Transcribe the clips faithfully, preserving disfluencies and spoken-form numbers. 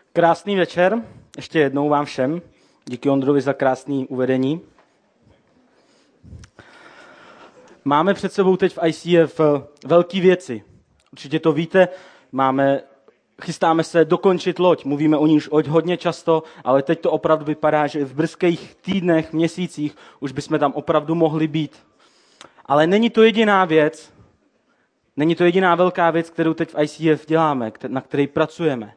Krásný večer, ještě jednou vám všem. Díky Ondrovi za krásné uvedení. Máme před sebou teď v I C F velké věci. Určitě to víte, máme, chystáme se dokončit loď. Mluvíme o ní už hodně často, ale teď to opravdu vypadá, že v brzkých týdnech, měsících už bychom tam opravdu mohli být. Ale není to jediná věc, není to jediná velká věc, kterou teď v I C F děláme, na které pracujeme.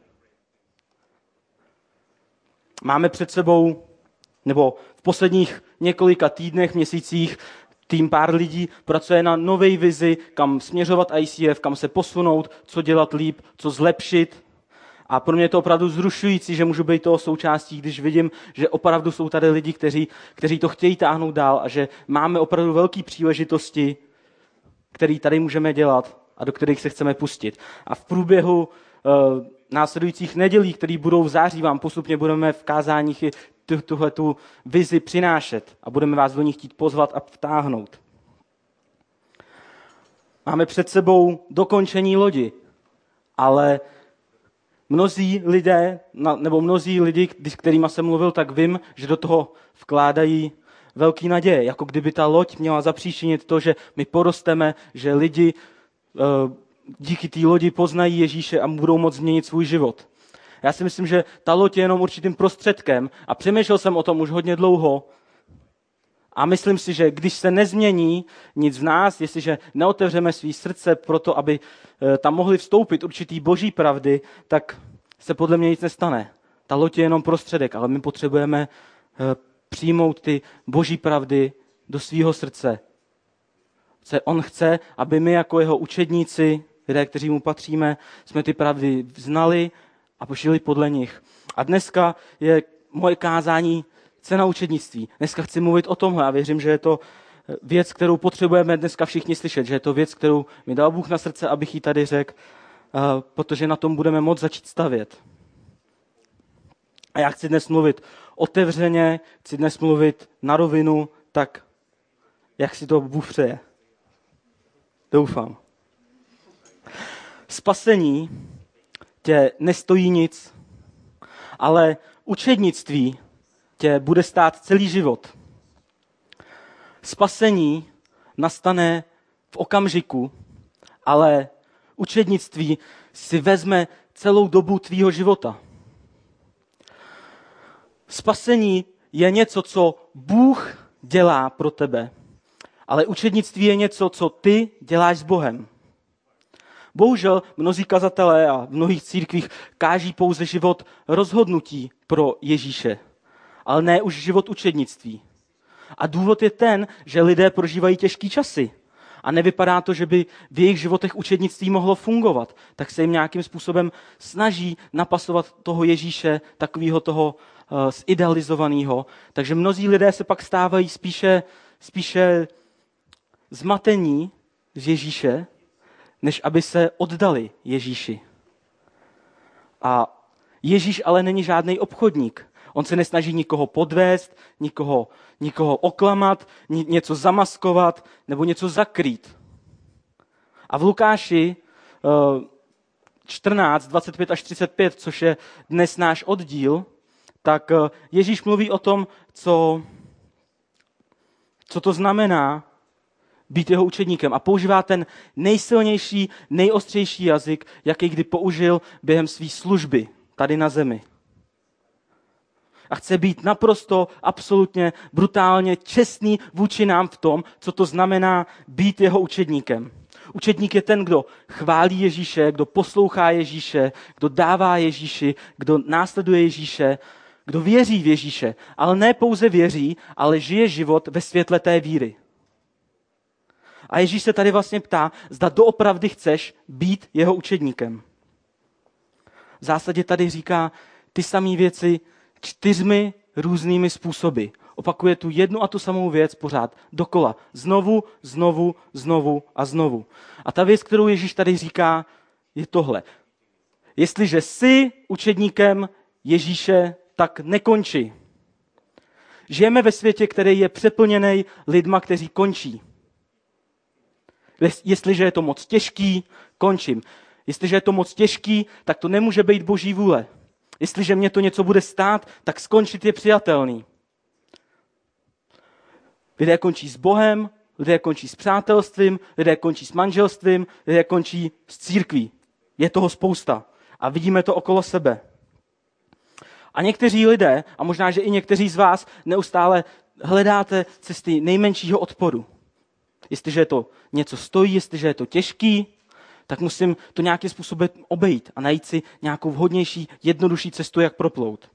Máme před sebou, nebo v posledních několika týdnech, měsících, tým pár lidí pracuje na nové vizi, kam směřovat I C F, kam se posunout, co dělat líp, co zlepšit. A pro mě je to opravdu zrušující, že můžu být toho součástí, když vidím, že opravdu jsou tady lidi, kteří, kteří to chtějí táhnout dál a že máme opravdu velké příležitosti, které tady můžeme dělat a do kterých se chceme pustit. A v průběhu uh, následujících nedělí, které budou v září, vám postupně budeme v kázáních i tuhletu vizi přinášet a budeme vás do ní chtít pozvat a vtáhnout. Máme před sebou dokončení lodi, ale mnozí lidé, nebo mnozí lidi, s kterými jsem mluvil, tak vím, že do toho vkládají velký naděje, jako kdyby ta loď měla zapříčinit to, že my porosteme, že lidi díky té lodi poznají Ježíše a budou moct změnit svůj život. Já si myslím, že ta loď je jenom určitým prostředkem a přemýšlel jsem o tom už hodně dlouho a myslím si, že když se nezmění nic v nás, jestliže neotevřeme svý srdce pro to, aby tam mohly vstoupit určitý boží pravdy, tak se podle mě nic nestane. Ta loď je jenom prostředek, ale my potřebujeme přijmout ty boží pravdy do svého srdce. On chce, aby my jako jeho učedníci, lidé, kteří mu patříme, jsme ty pravdy znali a pošli podle nich. A dneska je moje kázání cena učednictví. Dneska chci mluvit o tomhle a věřím, že je to věc, kterou potřebujeme dneska všichni slyšet, že je to věc, kterou mi dal Bůh na srdce, abych ji tady řekl, protože na tom budeme moct začít stavět. A já chci dnes mluvit otevřeně, chci dnes mluvit na rovinu, tak jak si to Bůh přeje. Doufám. Spasení tě nestojí nic, ale učednictví tě bude stát celý život. Spasení nastane v okamžiku, ale učednictví si vezme celou dobu tvýho života. Spasení je něco, co Bůh dělá pro tebe, ale učednictví je něco, co ty děláš s Bohem. Bohužel mnozí kazatelé a v mnohých církvích káží pouze život rozhodnutí pro Ježíše, ale ne už život učednictví. A důvod je ten, že lidé prožívají těžké časy a nevypadá to, že by v jejich životech učednictví mohlo fungovat, tak se jim nějakým způsobem snaží napasovat toho Ježíše, takového toho uh, zidealizovaného. Takže mnozí lidé se pak stávají spíše, spíše zmatení z Ježíše, než aby se oddali Ježíši. A Ježíš ale není žádný obchodník. On se nesnaží nikoho podvést, nikoho, nikoho oklamat, něco zamaskovat nebo něco zakrýt. A v Lukáši čtrnáct, dvacet pět až třicet pět, což je dnes náš oddíl, tak Ježíš mluví o tom, co, co to znamená být jeho učedníkem. A používá ten nejsilnější, nejostřejší jazyk, jaký kdy použil během své služby tady na zemi. A chce být naprosto, absolutně, brutálně čestný vůči nám v tom, co to znamená být jeho učedníkem. Učedník je ten, kdo chválí Ježíše, kdo poslouchá Ježíše, kdo dává Ježíši, kdo následuje Ježíše, kdo věří v Ježíše, ale ne pouze věří, ale žije život ve světle té víry. A Ježíš se tady vlastně ptá, zda doopravdy chceš být jeho učedníkem. V zásadě tady říká ty samé věci čtyřmi různými způsoby. Opakuje tu jednu a tu samou věc pořád dokola. Znovu, znovu, znovu a znovu. A ta věc, kterou Ježíš tady říká, je tohle. Jestliže jsi učedníkem Ježíše, tak nekonči. Žijeme ve světě, který je přeplněný lidma, kteří končí. Jestliže je to moc těžký, končím. Jestliže je to moc těžký, tak to nemůže být boží vůle. Jestliže mě to něco bude stát, tak skončit je přijatelný. Lidé končí s Bohem, lidé končí s přátelstvím, lidé končí s manželstvím, lidé končí s církví. Je toho spousta. A vidíme to okolo sebe. A někteří lidé, a možná, že i někteří z vás, neustále hledáte cesty nejmenšího odporu. Jestliže to něco stojí, jestliže je to těžký, tak musím to nějakým způsobem obejít a najít si nějakou vhodnější, jednodušší cestu, jak proplout.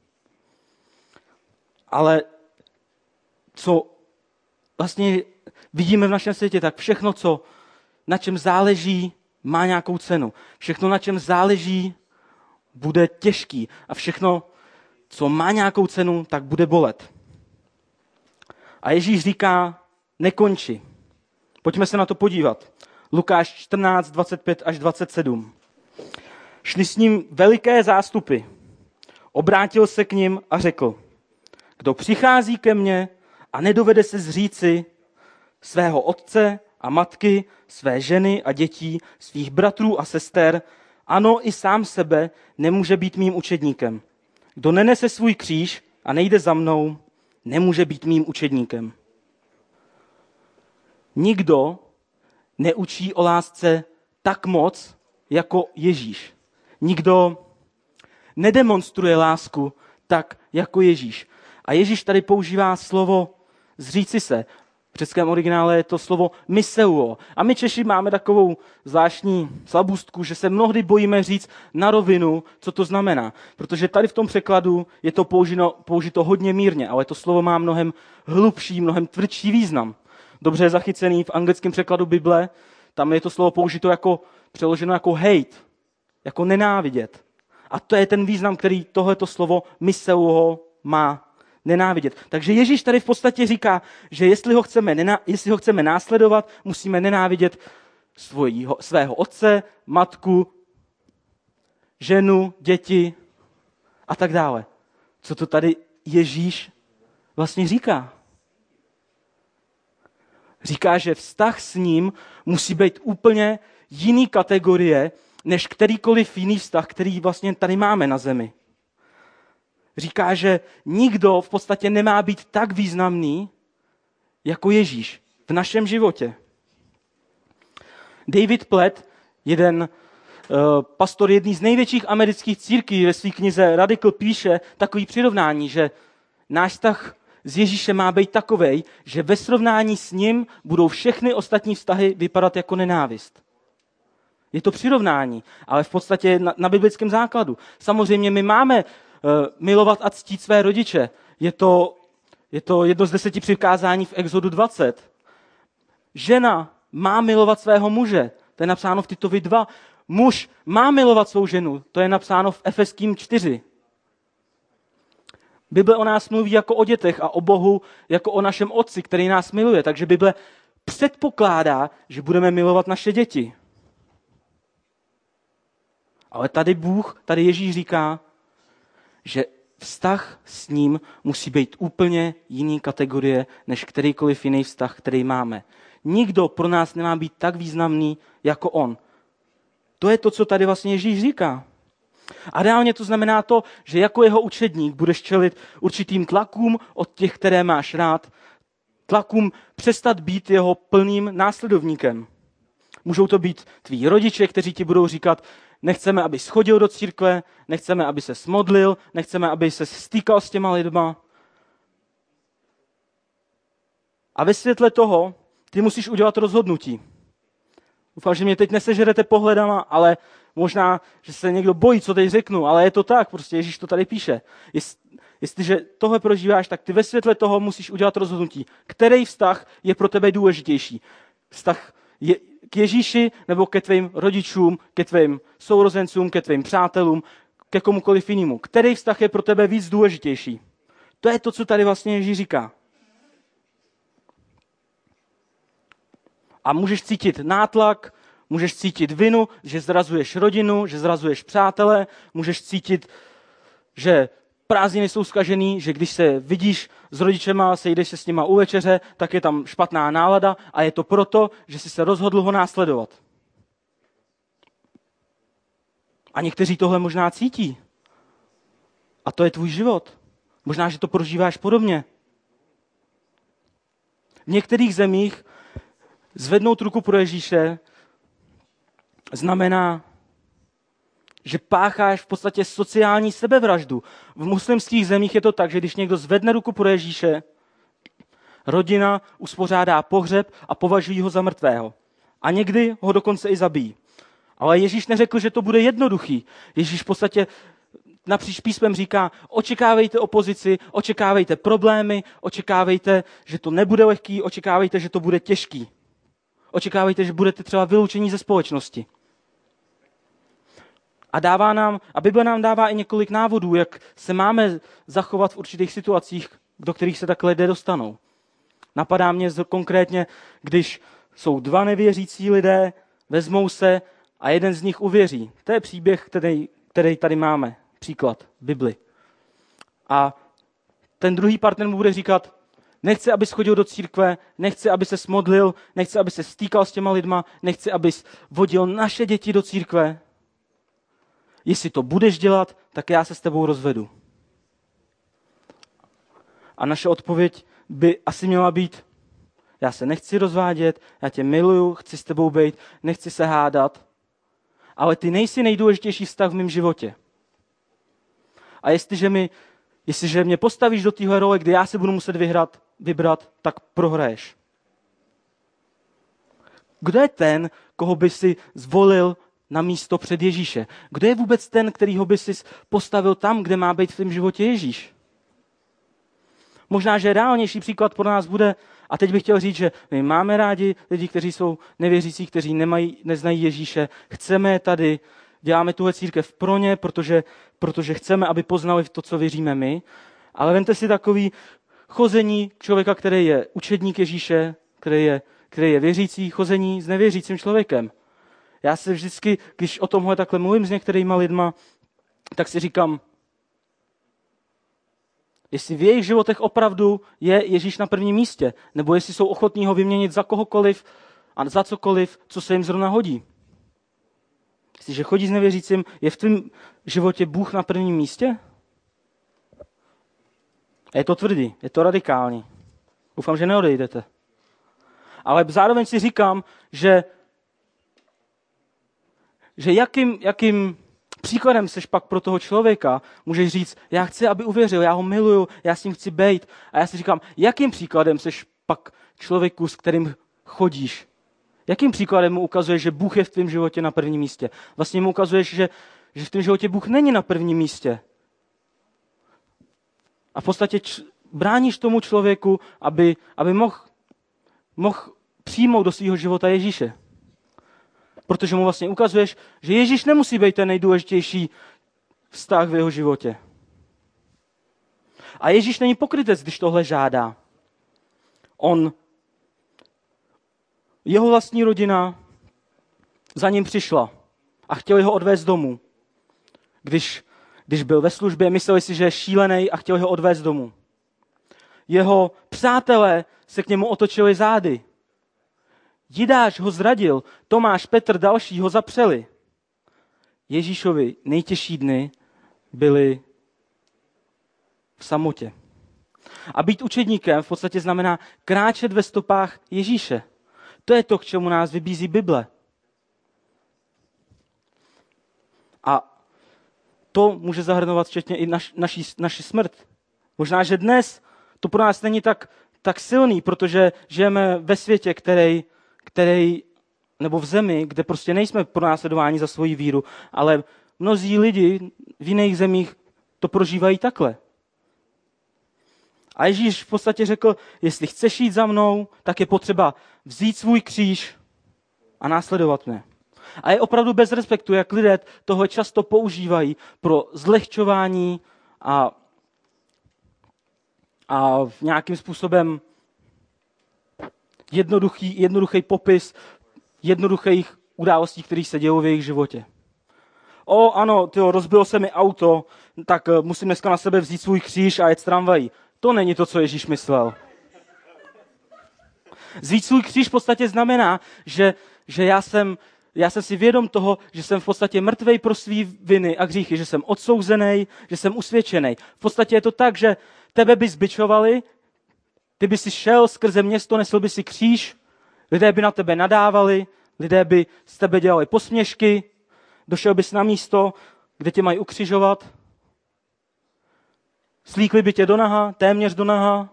Ale co vlastně vidíme v našem světě, tak všechno, co, na čem záleží, má nějakou cenu. Všechno, na čem záleží, bude těžký. A všechno, co má nějakou cenu, tak bude bolet. A Ježíš říká, nekonči. Pojďme se na to podívat. Lukáš čtrnáct, dvacet pět až dvacet sedm. Šli s ním veliké zástupy. Obrátil se k nim a řekl, kdo přichází ke mně a nedovede se zříci svého otce a matky, své ženy a dětí, svých bratrů a sester, ano, i sám sebe, nemůže být mým učedníkem. Kdo nenese svůj kříž a nejde za mnou, nemůže být mým učedníkem. Nikdo neučí o lásce tak moc, jako Ježíš. Nikdo nedemonstruje lásku tak, jako Ježíš. A Ježíš tady používá slovo zříci se. V řeckém originále je to slovo miseuo. A my Češi máme takovou zvláštní slabůstku, že se mnohdy bojíme říct na rovinu, co to znamená. Protože tady v tom překladu je to použito, použito hodně mírně, ale to slovo má mnohem hlubší, mnohem tvrdší význam. Dobře zachycený v anglickém překladu Bible, tam je to slovo použito jako, přeloženo jako hate, jako nenávidět. A to je ten význam, který tohleto slovo miseuo má. Nenávidět. Takže Ježíš tady v podstatě říká, že jestli ho chceme, nená, jestli ho chceme následovat, musíme nenávidět svojího, svého otce, matku, ženu, děti a tak dále. Co to tady Ježíš vlastně říká? Říká, že vztah s ním musí být úplně jiný kategorie, než kterýkoliv jiný vztah, který vlastně tady máme na zemi. Říká, že nikdo v podstatě nemá být tak významný, jako Ježíš v našem životě. David Platt, jeden uh, pastor jedný z největších amerických církví, ve své knize Radical píše takový přirovnání, že náš vztah s Ježíšem má být takovej, že ve srovnání s ním budou všechny ostatní vztahy vypadat jako nenávist. Je to přirovnání, ale v podstatě na, na biblickém základu. Samozřejmě my máme milovat a ctít své rodiče. Je to, je to jedno z deseti přikázání v Exodu dvacet. Žena má milovat svého muže. To je napsáno v Titovi dva. Muž má milovat svou ženu. To je napsáno v Efeským čtyři. Bible o nás mluví jako o dětech a o Bohu jako o našem otci, který nás miluje. Takže Bible předpokládá, že budeme milovat naše děti. Ale tady Bůh, tady Ježíš říká, že vztah s ním musí být úplně jiný kategorie, než kterýkoliv jiný vztah, který máme. Nikdo pro nás nemá být tak významný, jako on. To je to, co tady vlastně Ježíš říká. A reálně to znamená to, že jako jeho učedník budeš čelit určitým tlakům od těch, které máš rád, tlakům přestat být jeho plným následovníkem. Můžou to být tví rodiče, kteří ti budou říkat, nechceme, aby schodil do církve, nechceme, aby se smodlil, nechceme, aby se stýkal s těma lidma. A ve světle toho ty musíš udělat rozhodnutí. Doufám, že mě teď nesežerete pohledama, ale možná, že se někdo bojí, co teď řeknu, ale je to tak, prostě Ježíš to tady píše. Jest, jestliže tohle prožíváš, tak ty ve světle toho musíš udělat rozhodnutí. Který vztah je pro tebe důležitější? Vztah je k Ježíši nebo ke tvým rodičům, ke tvým sourozencům, ke tvým přátelům, ke komukoliv jinému. Který vztah je pro tebe víc důležitější? To je to, co tady vlastně Ježíš říká. A můžeš cítit nátlak, můžeš cítit vinu, že zrazuješ rodinu, že zrazuješ přátele, můžeš cítit, že prázdniny jsou zkažený, že když se vidíš s rodičema, sejdeš se s nima u večeře, tak je tam špatná nálada a je to proto, že jsi se rozhodl ho následovat. A někteří tohle možná cítí. A to je tvůj život. Možná, že to prožíváš podobně. V některých zemích zvednout ruku pro Ježíše znamená, že pácháš v podstatě sociální sebevraždu. V muslimských zemích je to tak, že když někdo zvedne ruku pro Ježíše, rodina uspořádá pohřeb a považují ho za mrtvého. A někdy ho dokonce i zabijí. Ale Ježíš neřekl, že to bude jednoduchý. Ježíš v podstatě napříč písmem říká, očekávejte opozici, očekávejte problémy, očekávejte, že to nebude lehký, očekávejte, že to bude těžký. Očekávejte, že budete třeba vyloučení ze společnosti. A dává nám, a Bible nám dává i několik návodů, jak se máme zachovat v určitých situacích, do kterých se takhle lidé dostanou. Napadá mě konkrétně, když jsou dva nevěřící lidé, vezmou se a jeden z nich uvěří. To je příběh, který, který tady máme, příklad v Bibli. A ten druhý partner mu bude říkat, nechci, abys chodil do církve, nechci, aby se smodlil, nechci, aby se stýkal s těma lidma, nechci, abys vodil naše děti do církve. Jestli to budeš dělat, tak já se s tebou rozvedu. A naše odpověď by asi měla být, já se nechci rozvádět, já tě miluju, chci s tebou být, nechci se hádat, ale ty nejsi nejdůležitější vztah v mém životě. A jestliže, mi, jestliže mě postavíš do téhle role, kdy já se budu muset vyhrát, vybrat, tak prohraješ. Kdo je ten, koho by si zvolil na místo před Ježíše? Kdo je vůbec ten, kterýho by si postavil tam, kde má být v tom životě Ježíš? Možná, že reálnější příklad pro nás bude, a teď bych chtěl říct, že my máme rádi lidi, kteří jsou nevěřící, kteří nemají, neznají Ježíše, chceme je tady, děláme tuhle církev pro ně, protože, protože chceme, aby poznali to, co věříme my, ale vemte si takový chození člověka, který je učedník Ježíše, který je, který je věřící, chození s nevěřícím člověkem. Já se vždycky, když o tomhle takhle mluvím s některýma lidma, tak si říkám, jestli v jejich životech opravdu je Ježíš na prvním místě, nebo jestli jsou ochotní ho vyměnit za kohokoliv a za cokoliv, co se jim zrovna hodí. Jestliže chodí s nevěřícím, je v tvém životě Bůh na prvním místě? Je to tvrdý, je to radikální. Doufám, že neodejdete. Ale zároveň si říkám, že, že jakým, jakým příkladem seš pak pro toho člověka, můžeš říct, já chci, aby uvěřil, já ho miluju, já s ním chci bejt. A já si říkám, jakým příkladem seš pak člověku, s kterým chodíš? Jakým příkladem mu ukazuješ, že Bůh je v tvém životě na prvním místě? Vlastně mu ukazuješ, že, že v tvém životě Bůh není na prvním místě. A v podstatě č- bráníš tomu člověku, aby, aby mohl mohl přijmout do svého života Ježíše. Protože mu vlastně ukazuješ, že Ježíš nemusí být ten nejdůležitější vztah v jeho životě. A Ježíš není pokrytec, když tohle žádá. On, jeho vlastní rodina za ním přišla a chtěli ho odvést domů. Když, když byl ve službě, mysleli si, že je šílený a chtěli ho odvést domů. Jeho přátelé se k němu otočili zády. Jidáš ho zradil, Tomáš, Petr, další ho zapřeli. Ježíšovi nejtěžší dny byly v samotě. A být učedníkem v podstatě znamená kráčet ve stopách Ježíše. To je to, k čemu nás vybízí Bible. A to může zahrnovat včetně i naš, naši, naši smrt. Možná, že dnes to pro nás není tak, tak silný, protože žijeme ve světě, který, který, nebo v zemi, kde prostě nejsme pronásledováni za svoji víru, ale mnozí lidi v jiných zemích to prožívají takhle. A Ježíš v podstatě řekl, jestli chceš jít za mnou, tak je potřeba vzít svůj kříž a následovat mě. A je opravdu bez respektu, jak lidé tohle často používají pro zlehčování a, a v nějakým způsobem jednoduchý, jednoduchý popis jednoduchých událostí, které se dějí v jejich životě. O, ano, tyjo, rozbilo se mi auto, tak musím dneska na sebe vzít svůj kříž a jet s tramvají. To není to, co Ježíš myslel. Vzít svůj kříž v podstatě znamená, že, že já jsem já jsem si vědom toho, že jsem v podstatě mrtvej pro svý viny a hříchy, že jsem odsouzený, že jsem usvědčený. V podstatě je to tak, že tebe by zbičovali, ty by si šel skrze město, nesl by si kříž, lidé by na tebe nadávali, lidé by z tebe dělali posměšky, došel bys na místo, kde tě mají ukřižovat, slíkli by tě do naha, téměř do naha,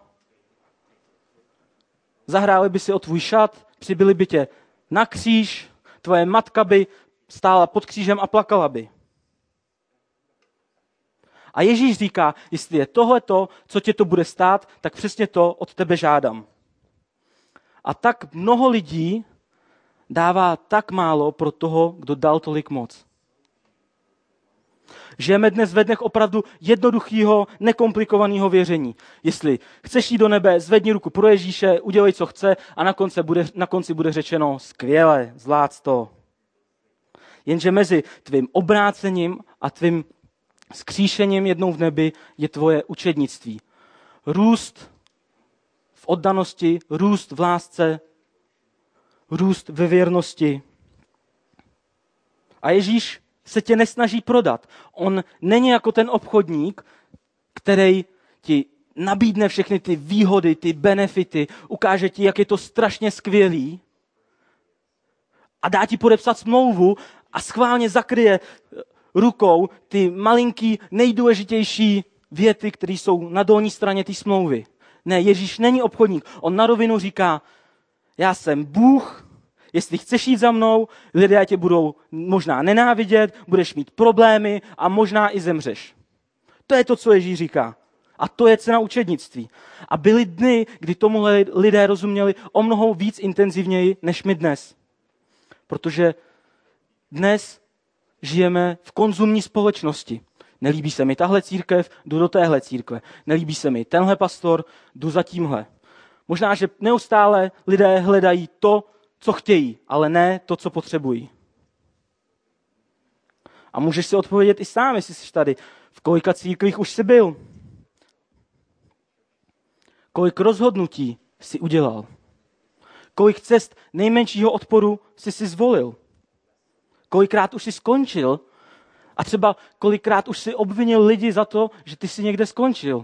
zahráli by si o tvůj šat, přibili by tě na kříž, tvoje matka by stála pod křížem a plakala by. A Ježíš říká, jestli je tohleto, co tě to bude stát, tak přesně to od tebe žádám. A tak mnoho lidí dává tak málo pro toho, kdo dal tolik moc. Žijeme dnes ve dnech opravdu jednoduchého, nekomplikovaného věření. Jestli chceš jít do nebe, zvedni ruku pro Ježíše, udělej, co chce a na konci bude, na konci bude řečeno skvěle, zvlád to. Jenže mezi tvým obrácením a tvým skříšením jednou v nebi je tvoje učednictví. Růst v oddanosti, růst v lásce, růst ve věrnosti. A Ježíš se tě nesnaží prodat. On není jako ten obchodník, který ti nabídne všechny ty výhody, ty benefity, ukáže ti, jak je to strašně skvělý a dá ti podepsat smlouvu a schválně zakryje rukou ty malinký, nejdůležitější věty, které jsou na dolní straně té smlouvy. Ne, Ježíš není obchodník. On na rovinu říká, já jsem Bůh, jestli chceš jít za mnou, lidé tě budou možná nenávidět, budeš mít problémy a možná i zemřeš. To je to, co Ježíš říká. A to je cena učednictví. A byly dny, kdy tomu lidé rozuměli o mnoho víc intenzivněji, než my dnes. Protože dnes žijeme v konzumní společnosti. Nelíbí se mi tahle církev, jdu do téhle církve. Nelíbí se mi tenhle pastor, jdu za tímhle. Možná, že neustále lidé hledají to, co chtějí, ale ne to, co potřebují. A můžeš si odpovědět i sám, jestli jsi tady. V kolika církvích už jsi byl? Kolik rozhodnutí jsi udělal? Kolik cest nejmenšího odporu jsi si zvolil? Kolikrát už jsi skončil? A třeba kolikrát už jsi obvinil lidi za to, že ty jsi někde skončil?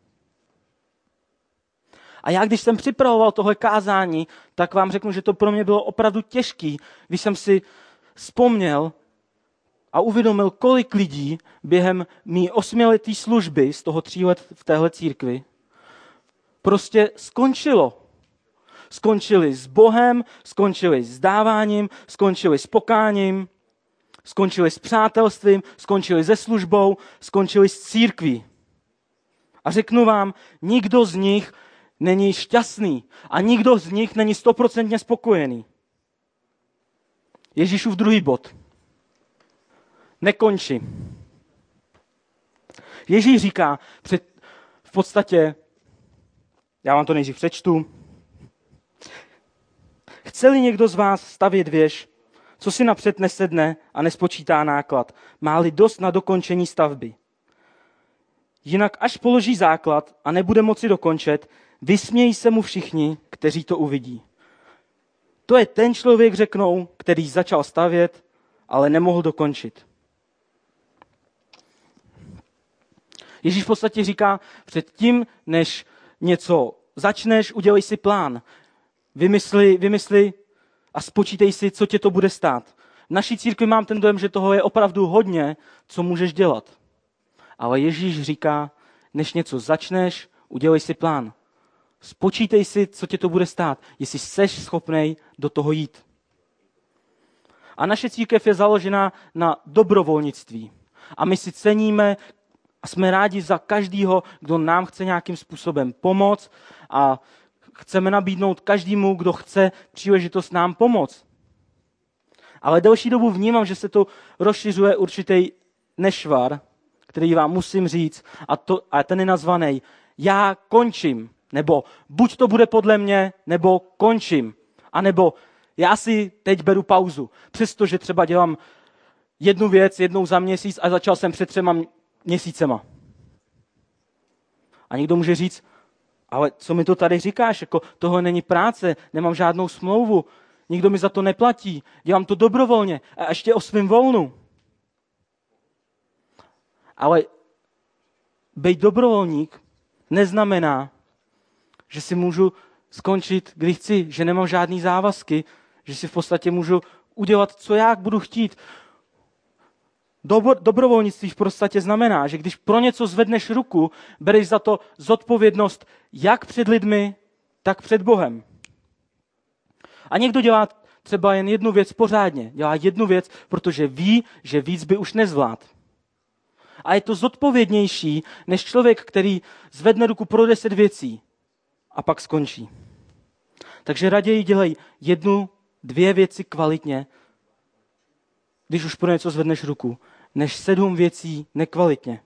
A já, když jsem připravoval tohle kázání, tak vám řeknu, že to pro mě bylo opravdu těžký, když jsem si vzpomněl a uvědomil, kolik lidí během mý osmileté služby z toho tří let v téhle církvi prostě skončilo. Skončili s Bohem, skončili s dáváním, skončili s pokáním, skončili s přátelstvím, skončili se službou, skončili s církví. A řeknu vám, nikdo z nich není šťastný a nikdo z nich není stoprocentně spokojený. Ježíšův druhý bod. Nekonči. Ježíš říká před, v podstatě, já vám to nejdřív přečtu, chce-li někdo z vás stavět věž, co si napřed nesedne a nespočítá náklad, má-li dost na dokončení stavby. Jinak až položí základ a nebude moci dokončit, vysmějí se mu všichni, kteří to uvidí. To je ten člověk, řeknou, který začal stavět, ale nemohl dokončit. Ježíš v podstatě říká, před tím, než něco začneš, udělej si plán. Vymysli, vymysli a spočítej si, co tě to bude stát. V naší církvi mám ten dojem, že toho je opravdu hodně, co můžeš dělat. Ale Ježíš říká, než něco začneš, udělej si plán. Spočítej si, co tě to bude stát, jestli seš schopnej do toho jít. A naše církev je založena na dobrovolnictví. A my si ceníme a jsme rádi za každýho, kdo nám chce nějakým způsobem pomoct a chceme nabídnout každému, kdo chce příležitost nám pomoct. Ale delší dobu vnímám, že se to rozšiřuje určitý nešvar, který vám musím říct, a, to, a ten je nazvaný já končím, nebo buď to bude podle mě, nebo končím, a nebo já si teď beru pauzu, přestože třeba dělám jednu věc jednou za měsíc a začal jsem před třema měsícema. A někdo může říct, ale co mi to tady říkáš, jako tohle není práce, nemám žádnou smlouvu, Nikdo mi za to neplatí. Dělám to dobrovolně a ještě o svém volnu. Ale být dobrovolník neznamená, že si můžu skončit, kdy chci, že nemám žádný závazky, že si v podstatě můžu udělat, co já budu chtít. Dobro, dobrovolnictví v podstatě znamená, že když pro něco zvedneš ruku, bereš za to zodpovědnost jak před lidmi, tak před Bohem. A někdo dělá třeba jen jednu věc pořádně. Dělá jednu věc, protože ví, že víc by už nezvlád. A je to zodpovědnější, než člověk, který zvedne ruku pro deset věcí a pak skončí. Takže raději dělej jednu, dvě věci kvalitně, když už pro něco zvedneš ruku, než sedm věcí nekvalitně.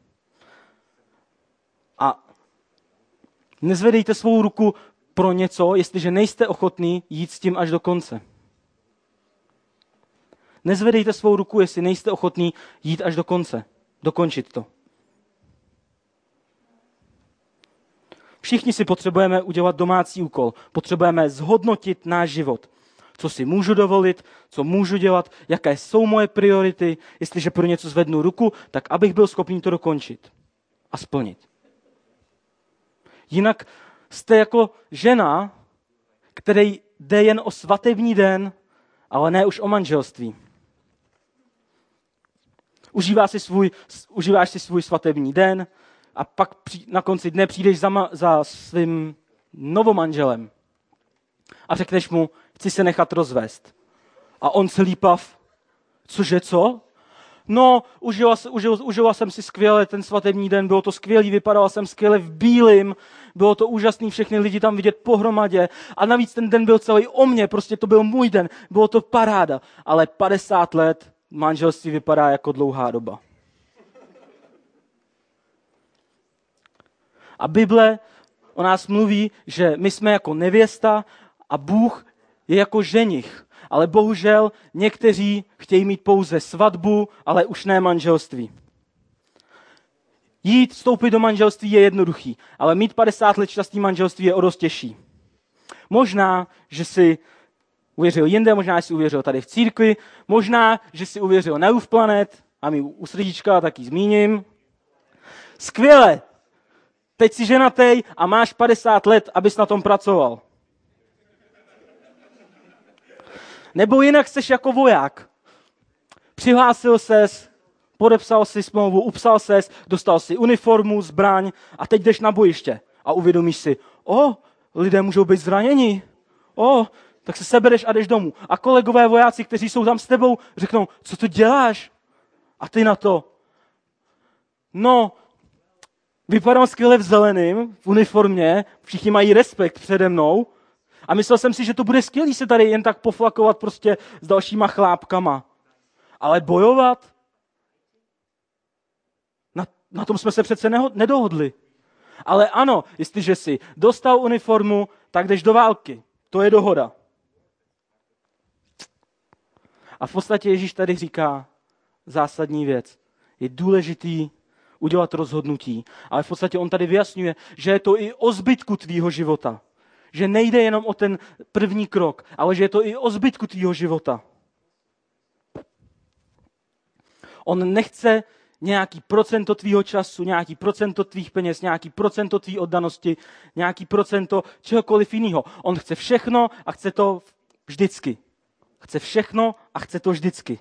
A nezvedejte svou ruku pro něco, jestliže nejste ochotní jít s tím až do konce. Nezvedejte svou ruku, jestli nejste ochotní jít až do konce. Dokončit to. Všichni si potřebujeme udělat domácí úkol. Potřebujeme zhodnotit náš život. Co si můžu dovolit, co můžu dělat, jaké jsou moje priority. Jestliže pro něco zvednu ruku, tak abych byl schopný to dokončit a splnit. Jinak jste jako žena, který jde jen o svatební den, ale ne už o manželství. Užíváš si svůj, užíváš si svůj svatební den a pak při, na konci dne přijdeš za, ma, za svým novomanželem a řekneš mu, chci se nechat rozvést. A on se lípav, cože co? No, užila, užil, užila jsem si skvěle ten svatební den, bylo to skvělý, vypadala jsem skvěle v bílém, bylo to úžasný, všechny lidi tam vidět pohromadě a navíc ten den byl celý o mně, prostě to byl můj den, bylo to paráda, ale padesát let manželství vypadá jako dlouhá doba. A Bible o nás mluví, že my jsme jako nevěsta a Bůh je jako ženich. Ale bohužel někteří chtějí mít pouze svatbu, ale už ne manželství. Jít, vstoupit do manželství je jednoduchý, ale mít padesát let šťastný manželství je o dost těžší. Možná, že si uvěřil jinde, možná, že si uvěřil tady v církvi, možná, že si uvěřil na Youth Planet, a my u srdíčka taky zmíním. Skvěle! Teď jsi ženatej a máš padesát let, abys na tom pracoval. Nebo jinak jsi jako voják. Přihlásil ses, podepsal si smlouvu, upsal ses, dostal si uniformu, zbraň a teď jdeš na bojiště. A uvědomíš si, o, lidé můžou být zraněni. O, tak se sebereš a jdeš domů. A kolegové vojáci, kteří jsou tam s tebou, řeknou, co tu děláš? A ty na to. No, vypadám skvěle v zeleném, v uniformě, všichni mají respekt přede mnou. A myslel jsem si, že to bude skvělý se tady jen tak poflakovat prostě s dalšíma chlápkama. Ale bojovat? Na, na tom jsme se přece neho, nedohodli. Ale ano, jestliže si dostal uniformu, tak jdeš do války. To je dohoda. A v podstatě Ježíš tady říká zásadní věc. Je důležitý udělat rozhodnutí. Ale v podstatě on tady vyjasňuje, že je to i o zbytku tvýho života. Že nejde jenom o ten první krok, ale že je to i o zbytku tvýho života. On nechce nějaký procento tvýho času, nějaký procento tvých peněz, nějaký procento tvý oddanosti, nějaký procento čehokoliv jiného. On chce všechno a chce to vždycky. Chce všechno a chce to vždycky.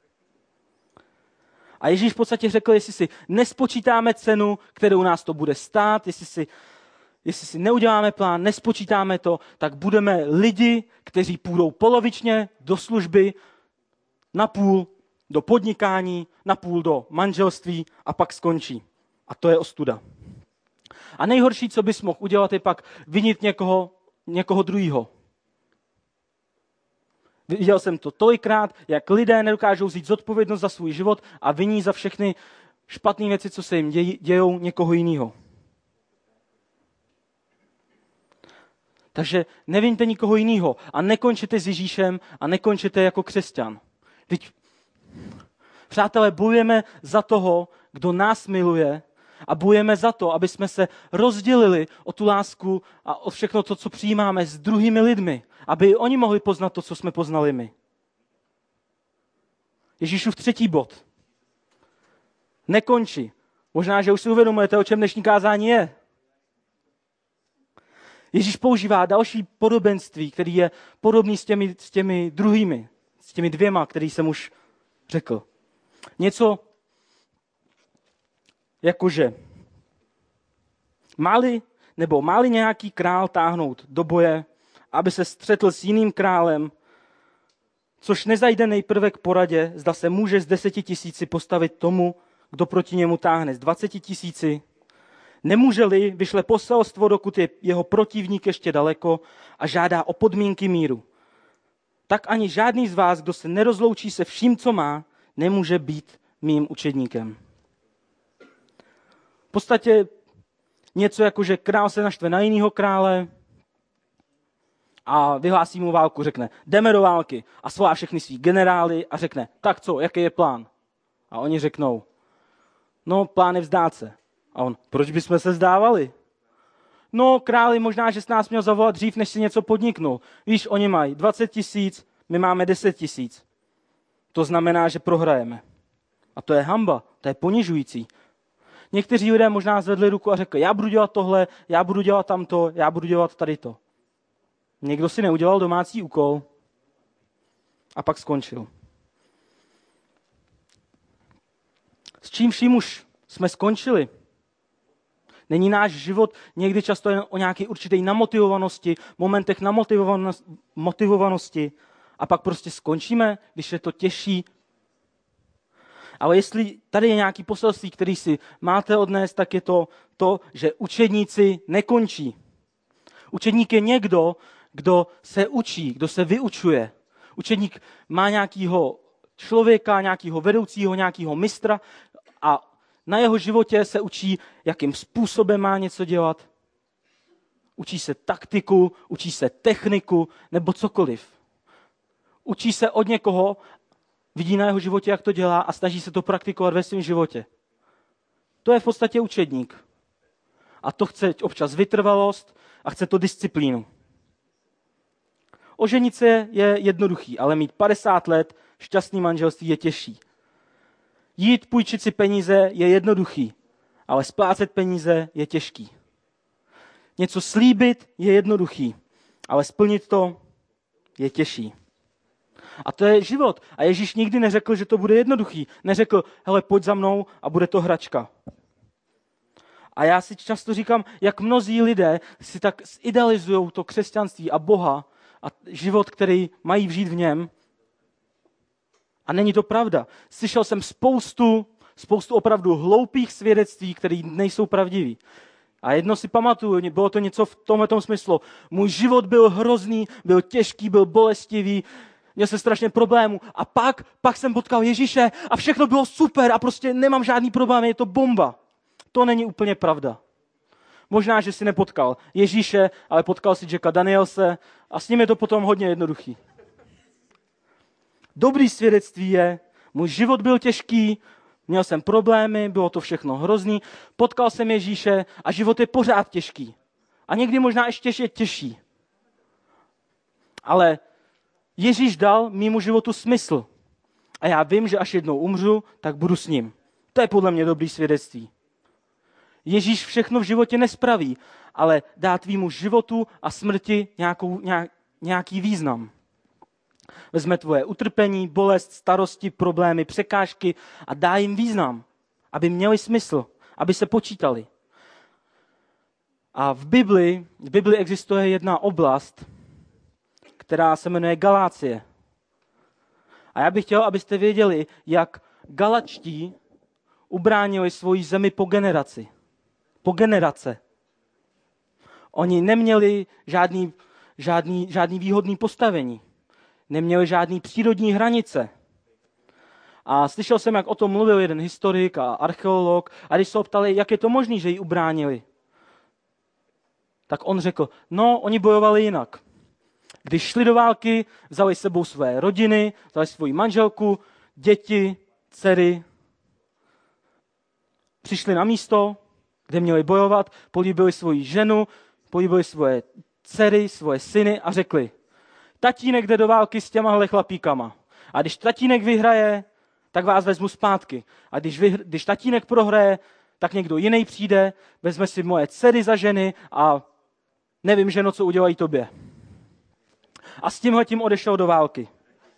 A Ježíš v podstatě řekl, jestli si nespočítáme cenu, kterou nás to bude stát, jestli si Jestli si neuděláme plán, nespočítáme to, tak budeme lidi, kteří půjdou polovičně do služby, na půl do podnikání, na půl do manželství a pak skončí. A to je ostuda. A nejhorší, co bys mohl udělat, je pak vinit někoho, někoho druhýho. Viděl jsem to tolikrát, jak lidé nedokážou vzít zodpovědnost za svůj život a viní za všechny špatné věci, co se jim děj, dějou někoho jiného. Takže neviňte nikoho jiného a nekončete s Ježíšem a nekončete jako křesťan. Teď, přátelé, bojujeme za toho, kdo nás miluje A bojujeme za to, aby jsme se rozdělili o tu lásku a o všechno to, co přijímáme s druhými lidmi. Aby oni mohli poznat to, co jsme poznali my. Ježíšův třetí bod. Nekončí. Možná, že už si uvědomujete, o čem dnešní kázání je. Ježíš používá další podobenství, který je podobný s těmi, s těmi druhými, s těmi dvěma, který jsem už řekl. Něco jakože máli, nebo máli nějaký král táhnout do boje, aby se střetl s jiným králem, což nezajde nejprve k poradě, zda se může z deseti tisíci postavit tomu, kdo proti němu táhne z dvaceti tisíci. Nemůže-li, vyšle poselstvo, dokud je jeho protivník ještě daleko a žádá o podmínky míru. Tak ani žádný z vás, kdo se nerozloučí se vším, co má, nemůže být mým učedníkem. V podstatě něco jako, že král se naštve na jinýho krále a vyhlásí mu válku, řekne, jdeme do války a svolá všechny svý generály a řekne, tak co, jaký je plán? A oni řeknou, no plán je vzdát se. A on, proč bychom se vzdávali? No králi, možná, že jsi nás měl zavolat dřív, než si něco podniknul. Víš, oni mají dvacet tisíc, my máme deset tisíc. To znamená, že prohrajeme. A to je hanba, to je ponižující. Někteří lidé možná zvedli ruku a řekli, já budu dělat tohle, já budu dělat tamto, já budu dělat tady to. Někdo si neudělal domácí úkol a pak skončil. S čím vším už jsme skončili? Není náš život někdy často jen o nějaké určité namotivovanosti, momentech namotivovanosti a pak prostě skončíme, když je to těžší. Ale jestli tady je nějaký poselství, který si máte odnést, tak je to to, že učedníci nekončí. Učedník je někdo, kdo se učí, kdo se vyučuje. Učedník má nějakého člověka, nějakého vedoucího, nějakého mistra a na jeho životě se učí, jakým způsobem má něco dělat. Učí se taktiku, učí se techniku nebo cokoliv. Učí se od někoho, vidí na jeho životě, jak to dělá a snaží se to praktikovat ve svém životě. To je v podstatě učedník. A to chce občas vytrvalost a chce to disciplínu. Oženit se je jednoduchý, ale mít padesát let šťastný manželství je těžší. Jít půjčit si peníze je jednoduchý, ale splácet peníze je těžký. Něco slíbit je jednoduchý, ale splnit to je těžší. A to je život. A Ježíš nikdy neřekl, že to bude jednoduchý. Neřekl, hele, pojď za mnou a bude to hračka. A já si často říkám, jak mnozí lidé si tak zidealizují to křesťanství a Boha a život, který mají vžít v něm. A není to pravda. Slyšel jsem spoustu, spoustu opravdu hloupých svědectví, které nejsou pravdivý. A jedno si pamatuju, bylo to něco v tomhletom smyslu. Můj život byl hrozný, byl těžký, byl bolestivý, měl jsem strašně problémů. A pak, pak jsem potkal Ježíše a všechno bylo super a prostě nemám žádný problém, je to bomba. To není úplně pravda. Možná, že si nepotkal Ježíše, ale potkal si Jacka Danielse a s ním je to potom hodně jednoduchý. Dobrý svědectví je, můj život byl těžký, měl jsem problémy, bylo to všechno hrozný, potkal jsem Ježíše a život je pořád těžký. A někdy možná ještě je těžší. Ale Ježíš dal mému životu smysl. A já vím, že až jednou umřu, tak budu s ním. To je podle mě dobrý svědectví. Ježíš všechno v životě nespraví, ale dá tvýmu životu a smrti nějakou, nějak, nějaký význam. Vezme tvoje utrpení, bolest, starosti, problémy, překážky a dá jim význam, aby měli smysl, aby se počítali. A v Bibli, v Bibli existuje jedna oblast, která se jmenuje Galácie. A já bych chtěl, abyste věděli, jak Galačtí ubránili svoji zemi po generaci. Po generace. Oni neměli žádný, žádný, žádný výhodný postavení. Neměli žádný přírodní hranice. A slyšel jsem, jak o tom mluvil jeden historik a archeolog, a když se ho ptali, jak je to možné, že ji ubránili, tak on řekl, no, oni bojovali jinak. Když šli do války, vzali s sebou své rodiny, vzali svoji manželku, děti, dcery, přišli na místo kde měli bojovat, políbili svoji ženu, políbili svoje dcery, svoje syny a řekli, tatínek jde do války s těmahle chlapíkama. A když tatínek vyhraje, tak vás vezmu zpátky. A když, vyhr- když tatínek prohraje, tak někdo jiný přijde, vezme si moje dcery za ženy a nevím, ženo, co udělají tobě. A s tímhletím odešel do války.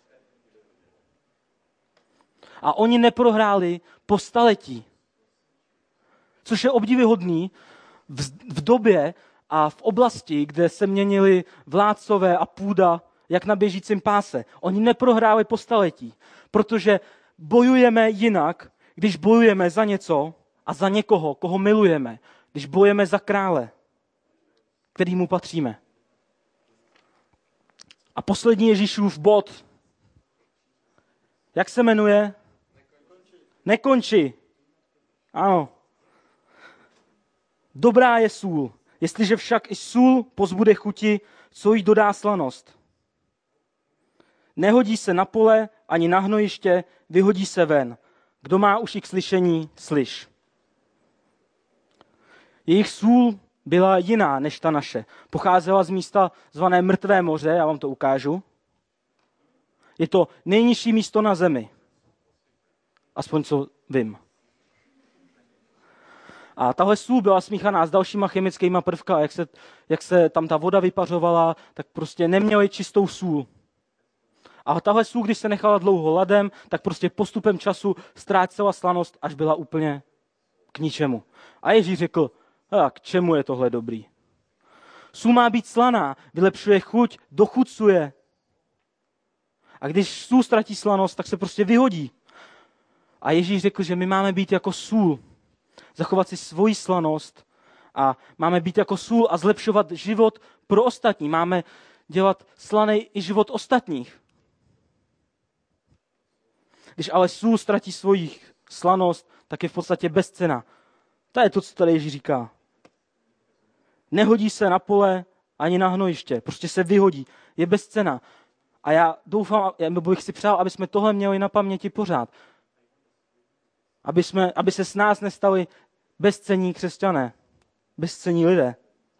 A oni neprohráli po staletí. Což je obdivuhodný v, v době a v oblasti, kde se měnili vládcové a půda, jak na běžícím páse. Oni neprohráli po staletí, protože bojujeme jinak, když bojujeme za něco a za někoho, koho milujeme. Když bojujeme za krále, kterýmu patříme. A poslední Ježíšův bod. Jak se jmenuje? Nekonči. Ano. Dobrá je sůl, jestliže však i sůl pozbude chuti, co jí dodá slanost. Nehodí se na pole ani na hnojiště, vyhodí se ven. Kdo má uši k slyšení, slyš. Jejich sůl byla jiná než ta naše. Pocházela z místa zvané Mrtvé moře, já vám to ukážu. Je to nejnižší místo na zemi. Aspoň co vím. A tahle sůl byla smíchaná s dalšíma chemickýma prvky, jak se, jak se tam ta voda vypařovala, tak prostě neměli čistou sůl. A tahle sůl, když se nechala dlouho ladem, tak prostě postupem času ztrácela slanost, až byla úplně k ničemu. A Ježíš řekl, a k čemu je tohle dobrý? Sůl má být slaná, vylepšuje chuť, dochucuje. A když sůl ztratí slanost, tak se prostě vyhodí. A Ježíš řekl, že my máme být jako sůl. Zachovat si svoji slanost a máme být jako sůl a zlepšovat život pro ostatní. Máme dělat slaný i život ostatních. Když ale sůl ztratí svoji slanost, tak je v podstatě bezcenná. To je to, co tady Ježíš říká. Nehodí se na pole ani na hnojiště. Prostě se vyhodí. Je bezcenná. A já doufám, nebo bych si přál, aby jsme tohle měli na paměti pořád. Aby, jsme, aby se s nás nestali bezcenní křesťané. Bezcenní lidé.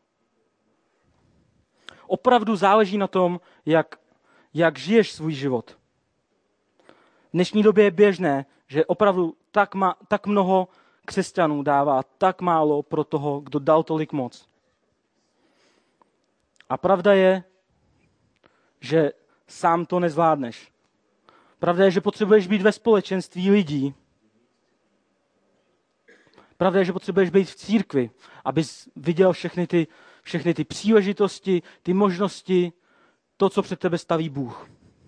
Opravdu záleží na tom, jak, jak žiješ svůj život. V dnešní době je běžné, že opravdu tak, ma, tak mnoho křesťanů dává tak málo pro toho, kdo dal tolik moc. A pravda je, že sám to nezvládneš. Pravda je, že potřebuješ být ve společenství lidí. Pravda je, že potřebuješ být v církvi, abys viděl všechny ty, všechny ty příležitosti, ty možnosti, to, co před tebe staví Bůh.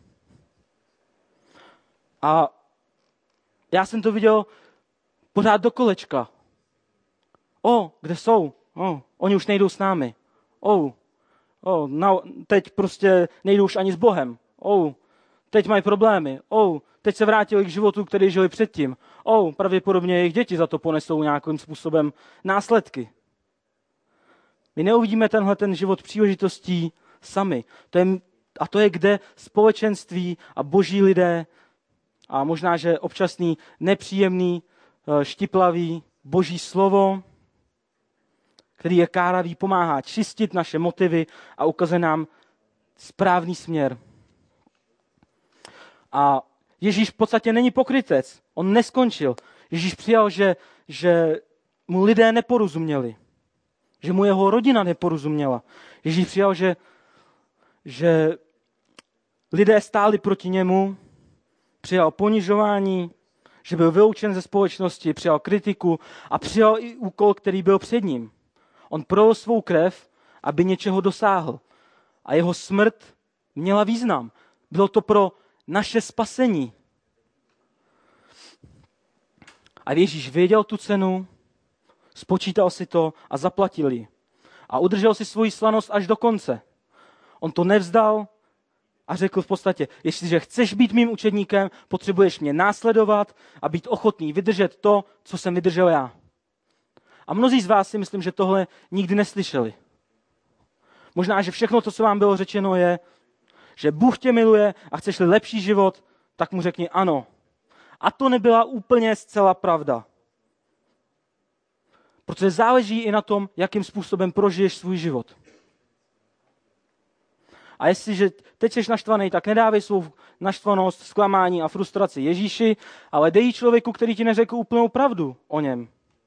A já jsem to viděl pořád do kolečka. O, kde jsou? O, oni už nejdou s námi. O, o no, teď prostě nejdou už ani s Bohem. O, teď mají problémy. O, teď se vrátili k životu, který žili předtím. O, pravděpodobně jejich děti za to ponesou nějakým způsobem následky. My neuvidíme tenhle ten život příležitostí sami. To je, a to je kde společenství a boží lidé a možná, že občasný nepříjemný, štiplavý boží slovo, který je káravý, pomáhá čistit naše motivy a ukazuje nám správný směr. A Ježíš v podstatě není pokrytec. On neskončil. Ježíš přijal, že, že mu lidé neporozuměli. Že mu jeho rodina neporozuměla. Ježíš přijal, že, že lidé stáli proti němu, přijal ponižování, že byl vyloučen ze společnosti, přijal kritiku a přijal i úkol, který byl před ním. On prolil svou krev, aby něčeho dosáhl. A jeho smrt měla význam. Bylo to pro naše spasení. A Ježíš věděl tu cenu, spočítal si to a zaplatil ji. A udržel si svoji slanost až do konce. On to nevzdal a řekl v podstatě, jestliže chceš být mým učedníkem, potřebuješ mě následovat a být ochotný vydržet to, co jsem vydržel já. A mnozí z vás si myslím, že tohle nikdy neslyšeli. Možná, že všechno to, co vám bylo řečeno, je, že Bůh tě miluje a chceš-li lepší život, tak mu řekni ano. A to nebyla úplně zcela pravda. Protože záleží i na tom, jakým způsobem prožiješ svůj život. A jestliže teď jsi naštvaný, tak nedávej svou naštvanost, zklamání a frustraci Ježíši, ale dej člověku, který ti neřekl úplnou pravdu o něm.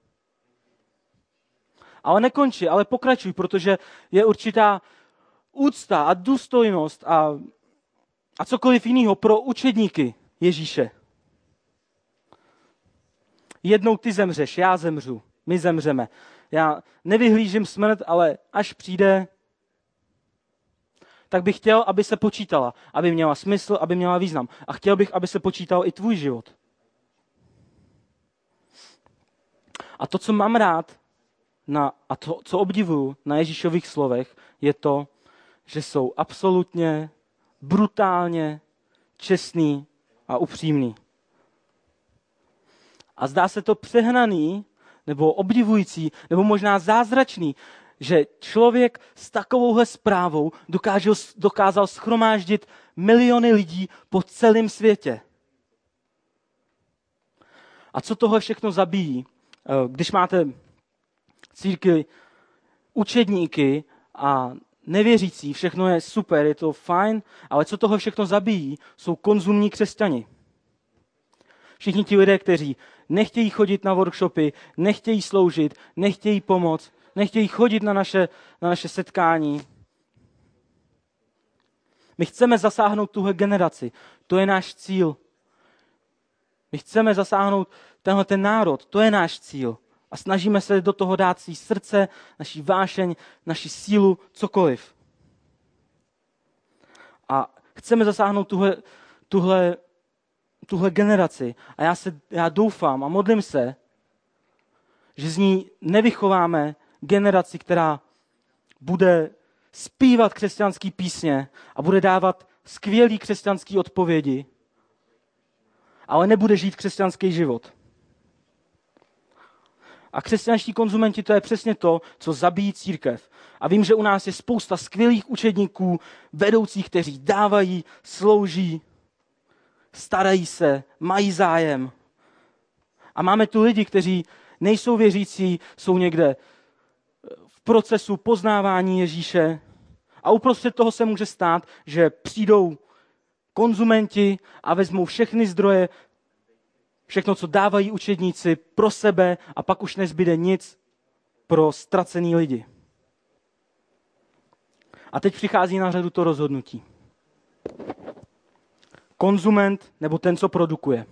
Ale nekonči, ale pokračuj, protože je určitá úcta a důstojnost a, a cokoliv jiného pro učedníky Ježíše. Jednou ty zemřeš, já zemřu, my zemřeme. Já nevyhlížím smrt, ale až přijde, tak bych chtěl, aby se počítala, aby měla smysl, aby měla význam. A chtěl bych, aby se počítal i tvůj život. A to, co mám rád na, a to, co obdivuju na Ježíšových slovech, je to, že jsou absolutně, brutálně čestný a upřímný. A zdá se to přehnaný, nebo obdivující, nebo možná zázračný, že člověk s takovouhle zprávou dokáže, dokázal shromáždit miliony lidí po celém světě. A co tohle všechno zabíjí? Když máte církvi, učedníky a nevěřící, všechno je super, je to fajn, ale co tohle všechno zabíjí, jsou konzumní křesťani. Všichni ti lidé, kteří nechtějí chodit na workshopy, nechtějí sloužit, nechtějí pomoct, nechtějí chodit na naše, na naše setkání. My chceme zasáhnout tuhle generaci. To je náš cíl. My chceme zasáhnout tenhle ten národ. To je náš cíl. A snažíme se do toho dát svý srdce, naši vášeň, naši sílu, cokoliv. A chceme zasáhnout tuhle, tuhle, tuhle generaci. A já, se, já doufám a modlím se, že z ní nevychováme generaci, která bude zpívat křesťanský písně a bude dávat skvělý křesťanský odpovědi, ale nebude žít křesťanský život. A křesťanští konzumenti, to je přesně to, co zabíjí církev. A vím, že u nás je spousta skvělých učedníků, vedoucích, kteří dávají, slouží, starají se, mají zájem. A máme tu lidi, kteří nejsou věřící, jsou někde v procesu poznávání Ježíše. A uprostřed toho se může stát, že přijdou konzumenti a vezmou všechny zdroje, všechno, co dávají učedníci pro sebe a pak už nezbyde nic pro ztracený lidi. A teď přichází na řadu to rozhodnutí. Konzument nebo ten, co produkuje.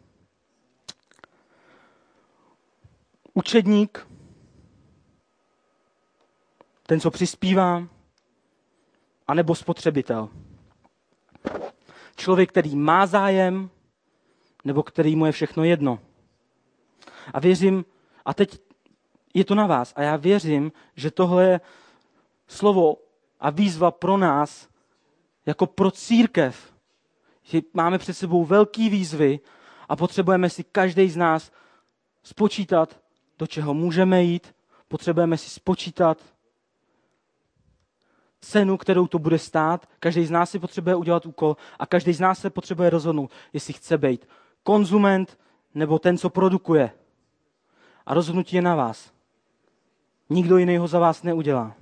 Učedník, ten, co přispívá, anebo spotřebitel. Člověk, který má zájem, nebo který mu je všechno jedno. A věřím, a teď je to na vás, a já věřím, že tohle je slovo a výzva pro nás, jako pro církev. Že máme před sebou velký výzvy a potřebujeme si každý z nás spočítat, do čeho můžeme jít, potřebujeme si spočítat cenu, kterou to bude stát. Každý z nás si potřebuje udělat úkol a každý z nás se potřebuje rozhodnout, jestli chce být konzument nebo ten, co produkuje. A rozhodnutí je na vás. Nikdo jiný ho za vás neudělá.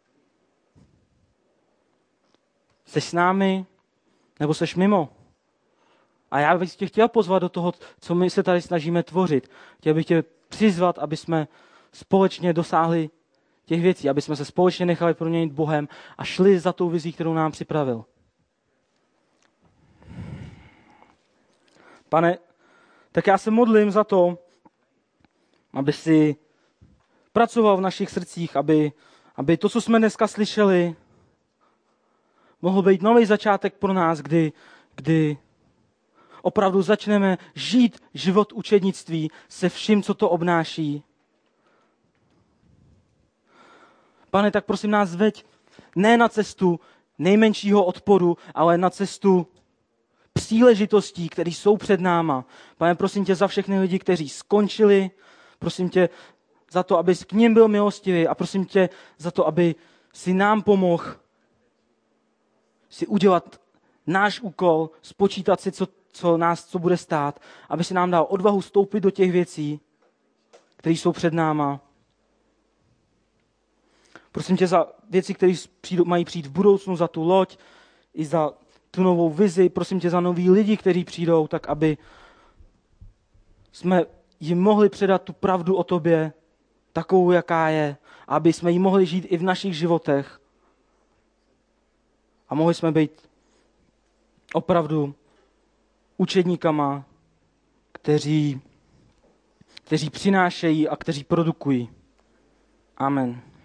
Jsi s námi nebo seš mimo? A já bych tě chtěl pozvat do toho, co my se tady snažíme tvořit. Chtěl bych tě přizvat, aby jsme společně dosáhli těch věcí, aby jsme se společně nechali proměnit Bohem a šli za tou vizí, kterou nám připravil. Pane, tak já se modlím za to, aby si pracoval v našich srdcích, aby, aby to, co jsme dneska slyšeli, mohl být nový začátek pro nás, kdy, kdy opravdu začneme žít život učednictví se vším, co to obnáší. Pane, tak prosím nás veď ne na cestu nejmenšího odporu, ale na cestu příležitostí, které jsou před náma. Pane, prosím tě za všechny lidi, kteří skončili, prosím tě za to, aby k nim byl milostivý a prosím tě za to, aby si nám pomohl si udělat náš úkol, spočítat si, co, co nás co bude stát, aby si nám dal odvahu vstoupit do těch věcí, které jsou před náma Prosím tě za věci, které mají přijít v budoucnu, za tu loď, i za tu novou vizi. Prosím tě za nový lidi, kteří přijdou, tak aby jsme jim mohli předat tu pravdu o tobě, takovou, jaká je, aby jsme ji mohli žít i v našich životech. A mohli jsme být opravdu učedníkama, kteří, kteří přinášejí a kteří produkují. Amen.